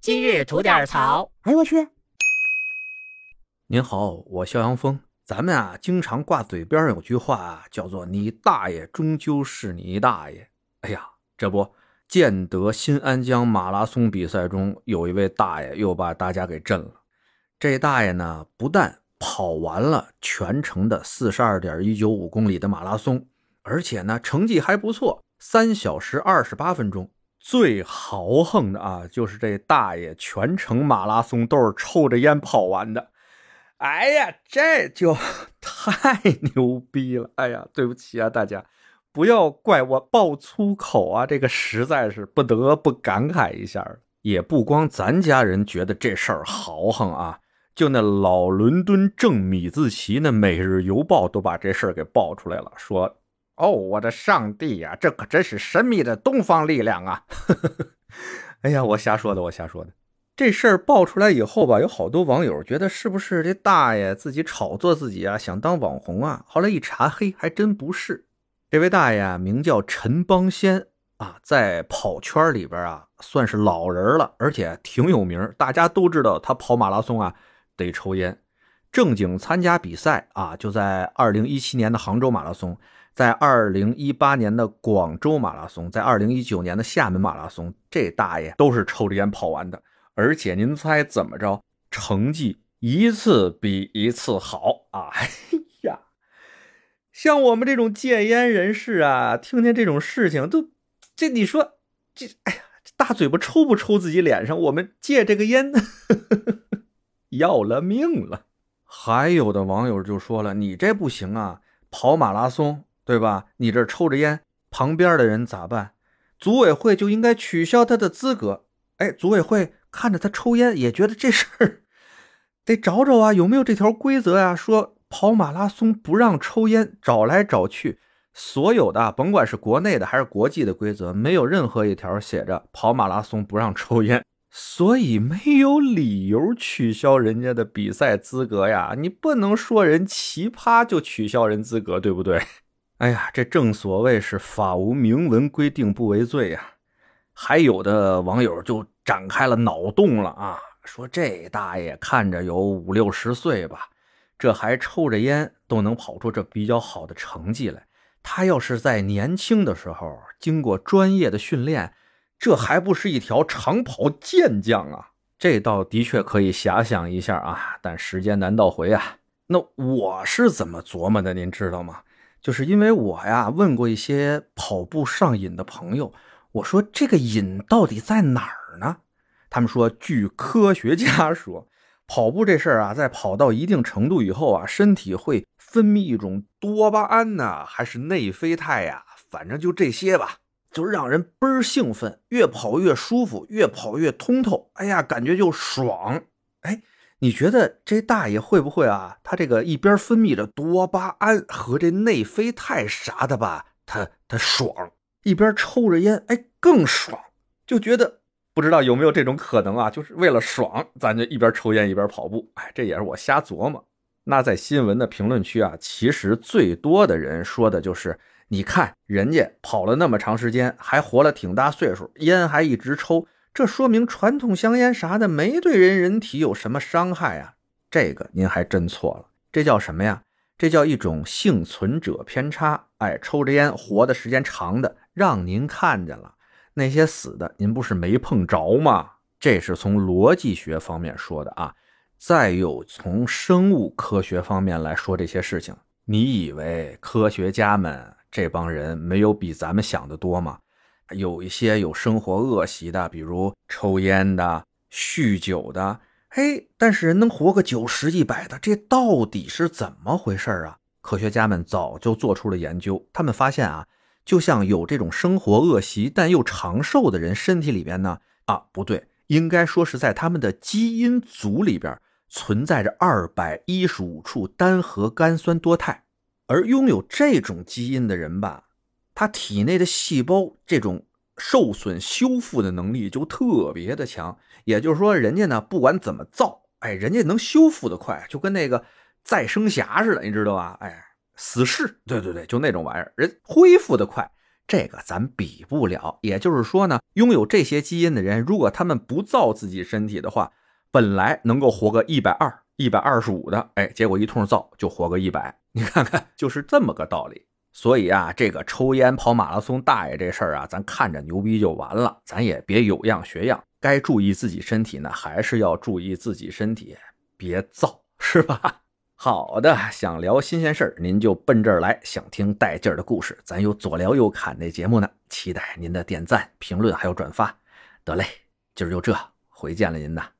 今日吐点槽。 哎我去！ 您好，我肖阳峰。咱们啊，经常挂嘴边有句话啊，叫做你大爷终究是你大爷。哎呀，这不，建德新安江马拉松比赛中，有一位大爷又把大家给震了。这大爷呢，不但跑完了全程的 42.195 公里的马拉松，而且呢，成绩还不错，3小时28分钟。最豪横的啊，就是这大爷全程马拉松都是抽着烟跑完的。哎呀，这就太牛逼了！哎呀，对不起啊，大家不要怪我爆粗口啊，这个实在是不得不感慨一下。也不光咱家人觉得这事儿豪横啊，就那老伦敦正米字旗那《每日邮报》都把这事儿给爆出来了，说哦，我的上帝呀，这可真是神秘的东方力量啊！哎呀，我瞎说的。这事儿爆出来以后吧，有好多网友觉得是不是这大爷自己炒作自己啊，想当网红啊？后来一查，嘿，还真不是。这位大爷啊，名叫陈邦先啊，在跑圈里边啊，算是老人了，而且挺有名。大家都知道他跑马拉松啊得抽烟。正经参加比赛啊，就在2017年的杭州马拉松，在2018年的广州马拉松，在2019年的厦门马拉松，这大爷都是抽着烟跑完的。而且您猜怎么着？成绩一次比一次好啊！哎呀，像我们这种戒烟人士啊，听见这种事情都，这你说，哎呀，大嘴巴抽不抽自己脸上？我们戒这个烟，要了命了。还有的网友就说了，你这不行啊，跑马拉松，对吧？你这抽着烟，旁边的人咋办？组委会就应该取消他的资格。哎，组委会看着他抽烟，也觉得这事儿得找找啊，有没有这条规则啊？说跑马拉松不让抽烟，找来找去，所有的甭管是国内的还是国际的规则，没有任何一条写着跑马拉松不让抽烟，所以没有理由取消人家的比赛资格呀。你不能说人奇葩就取消人资格，对不对？哎呀，这正所谓是法无明文规定不为罪呀。还有的网友就展开了脑洞了啊，说这大爷看着有50-60岁吧，这还抽着烟都能跑出这比较好的成绩来。他要是在年轻的时候经过专业的训练，这还不是一条长跑健将啊？这倒的确可以遐想一下啊，但时间难倒回啊。那我是怎么琢磨的您知道吗？就是因为我呀问过一些跑步上瘾的朋友，我说这个瘾到底在哪儿呢？他们说，据科学家说，跑步这事儿啊，在跑到一定程度以后啊，身体会分泌一种多巴胺呢，还是内啡肽呀，反正就这些吧，就让人倍儿兴奋，越跑越舒服，越跑越通透，哎呀，感觉就爽。哎，你觉得这大爷会不会啊，他这个一边分泌着多巴胺和这内啡肽啥的吧，他爽，一边抽着烟，哎，更爽，就觉得不知道有没有这种可能啊，就是为了爽，咱就一边抽烟一边跑步。哎，这也是我瞎琢磨。那在新闻的评论区啊，其实最多的人说的就是，你看人家跑了那么长时间，还活了挺大岁数，烟还一直抽，这说明传统香烟啥的没对人体有什么伤害啊。这个您还真错了，这叫什么呀？这叫一种幸存者偏差。哎，抽着烟活的时间长的让您看见了，那些死的您不是没碰着吗？这是从逻辑学方面说的啊。再有从生物科学方面来说这些事情，你以为科学家们这帮人没有比咱们想的多吗？有一些有生活恶习的，比如抽烟的、酗酒的，嘿，但是人能活个90、100的，这到底是怎么回事啊？科学家们早就做出了研究，他们发现啊，就像有这种生活恶习但又长寿的人，身体里边呢，不对，应该说是在他们的基因组里边存在着215处单核苷酸多肽，而拥有这种基因的人吧，他体内的细胞这种受损修复的能力就特别的强。也就是说，人家呢不管怎么造，哎，人家能修复的快，就跟那个再生侠似的，你知道吧？哎，死侍，对，就那种玩意儿，人恢复的快。 这个咱比不了。也就是说呢，拥有这些基因的人，如果他们不造自己身体的话，本来能够活个120、125的，结果一通造就活个100，你看看，就是这么个道理。所以啊，这个抽烟跑马拉松大爷这事儿啊，咱看着牛逼就完了，咱也别有样学样，该注意自己身体呢，还是要注意自己身体，别造，是吧？好的，想聊新鲜事儿，您就奔这儿来；想听带劲儿的故事，咱有左聊右侃那节目呢，期待您的点赞、评论还有转发。得嘞，今儿就这，回见了您呐。